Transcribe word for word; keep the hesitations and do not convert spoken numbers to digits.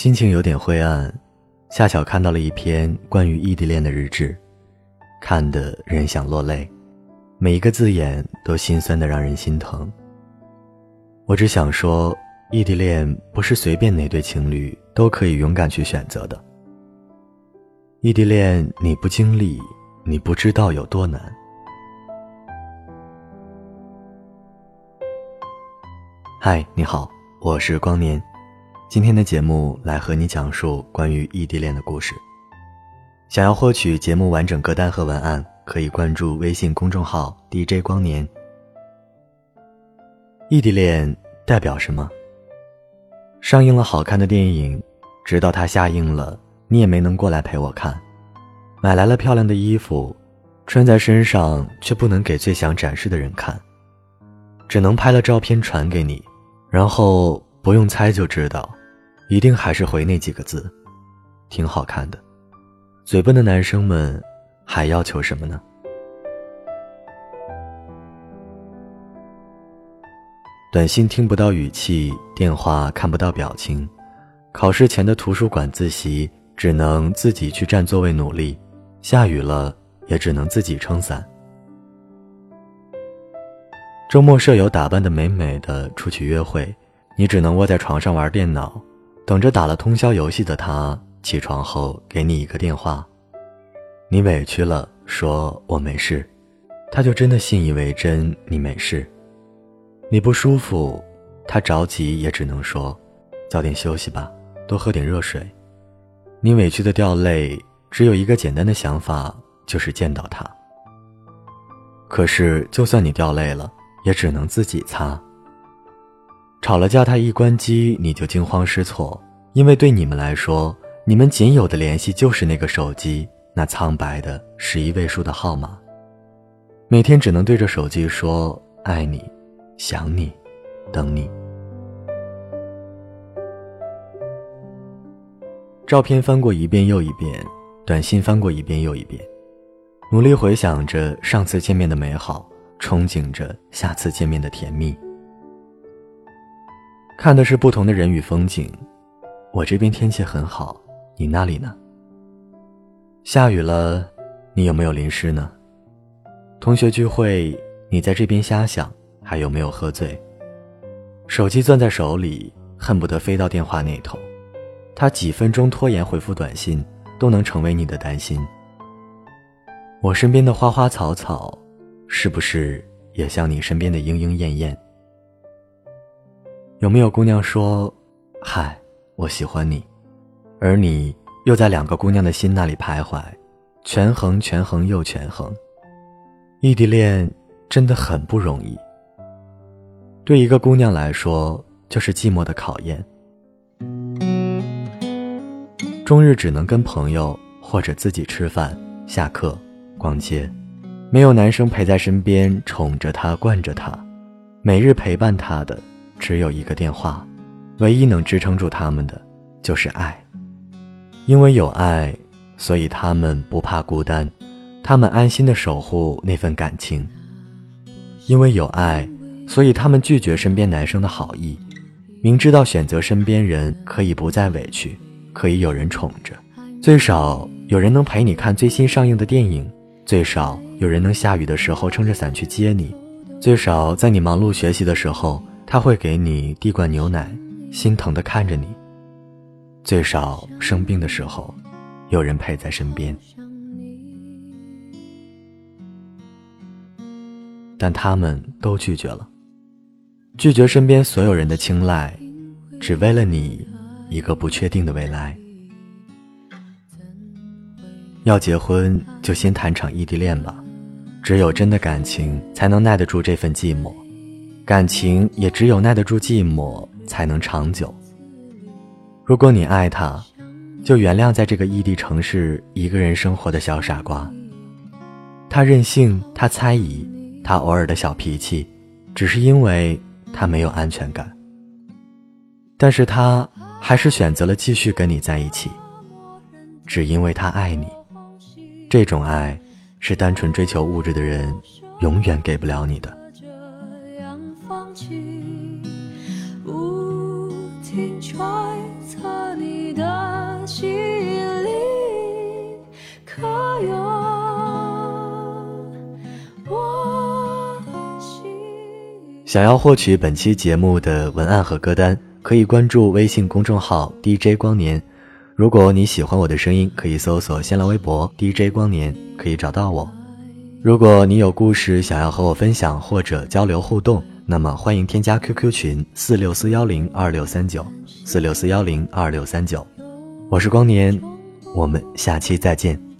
心情有点灰暗，恰巧看到了一篇关于异地恋的日志，看得人想落泪，每一个字眼都心酸得让人心疼。我只想说，异地恋不是随便哪对情侣都可以勇敢去选择的。异地恋你不经历，你不知道有多难。嗨，你好，我是光年。今天的节目来和你讲述关于异地恋的故事。想要获取节目完整歌单和文案，可以关注微信公众号 D J 光年。异地恋代表什么？上映了好看的电影，直到它下映了，你也没能过来陪我看。买来了漂亮的衣服，穿在身上却不能给最想展示的人看，只能拍了照片传给你，然后不用猜就知道，一定还是回那几个字，挺好看的。嘴笨的男生们还要求什么呢？短信听不到语气，电话看不到表情，考试前的图书馆自习只能自己去占座位努力，下雨了也只能自己撑伞。周末舍友打扮得美美的出去约会，你只能窝在床上玩电脑，等着打了通宵游戏的他起床后给你一个电话。你委屈了，说我没事，他就真的信以为真你没事。你不舒服，他着急也只能说早点休息吧，多喝点热水。你委屈的掉泪，只有一个简单的想法，就是见到他。可是就算你掉泪了，也只能自己擦。吵了架，他一关机你就惊慌失措，因为对你们来说，你们仅有的联系就是那个手机，那苍白的十一位数的号码。每天只能对着手机说爱你，想你，等你。照片翻过一遍又一遍，短信翻过一遍又一遍，努力回想着上次见面的美好，憧憬着下次见面的甜蜜。看的是不同的人与风景，我这边天气很好，你那里呢？下雨了，你有没有淋湿呢？同学聚会，你在这边瞎想，还有没有喝醉？手机攥在手里，恨不得飞到电话那头，他几分钟拖延回复短信，都能成为你的担心。我身边的花花草草，是不是也像你身边的莺莺燕燕？有没有姑娘说嗨，我喜欢你，而你又在两个姑娘的心那里徘徊，权衡权衡又权衡。异地恋真的很不容易，对一个姑娘来说就是寂寞的考验，终日只能跟朋友或者自己吃饭、下课、逛街，没有男生陪在身边宠着她惯着她，每日陪伴她的只有一个电话，唯一能支撑住他们的就是爱。因为有爱，所以他们不怕孤单，他们安心地守护那份感情。因为有爱，所以他们拒绝身边男生的好意，明知道选择身边人可以不再委屈，可以有人宠着，最少有人能陪你看最新上映的电影，最少有人能下雨的时候撑着伞去接你，最少在你忙碌学习的时候，他会给你递罐牛奶，心疼地看着你，最少生病的时候有人陪在身边。但他们都拒绝了，拒绝身边所有人的青睐，只为了你一个不确定的未来。要结婚就先谈场异地恋吧，只有真的感情才能耐得住这份寂寞，感情也只有耐得住寂寞才能长久。如果你爱他，就原谅在这个异地城市一个人生活的小傻瓜。他任性，他猜疑，他偶尔的小脾气，只是因为他没有安全感。但是他还是选择了继续跟你在一起，只因为他爱你。这种爱是单纯追求物质的人永远给不了你的。 听揣测你的心里，可有我心。 想要获取本期节目的文案和歌单，可以关注微信公众号 D J 光年。如果你喜欢我的声音，可以搜索新浪微博 D J 光年，可以找到我。如果你有故事想要和我分享或者交流互动，那么欢迎添加 Q Q 群四六四一零二六三九 四六四一零二六三九。我是光年，我们下期再见。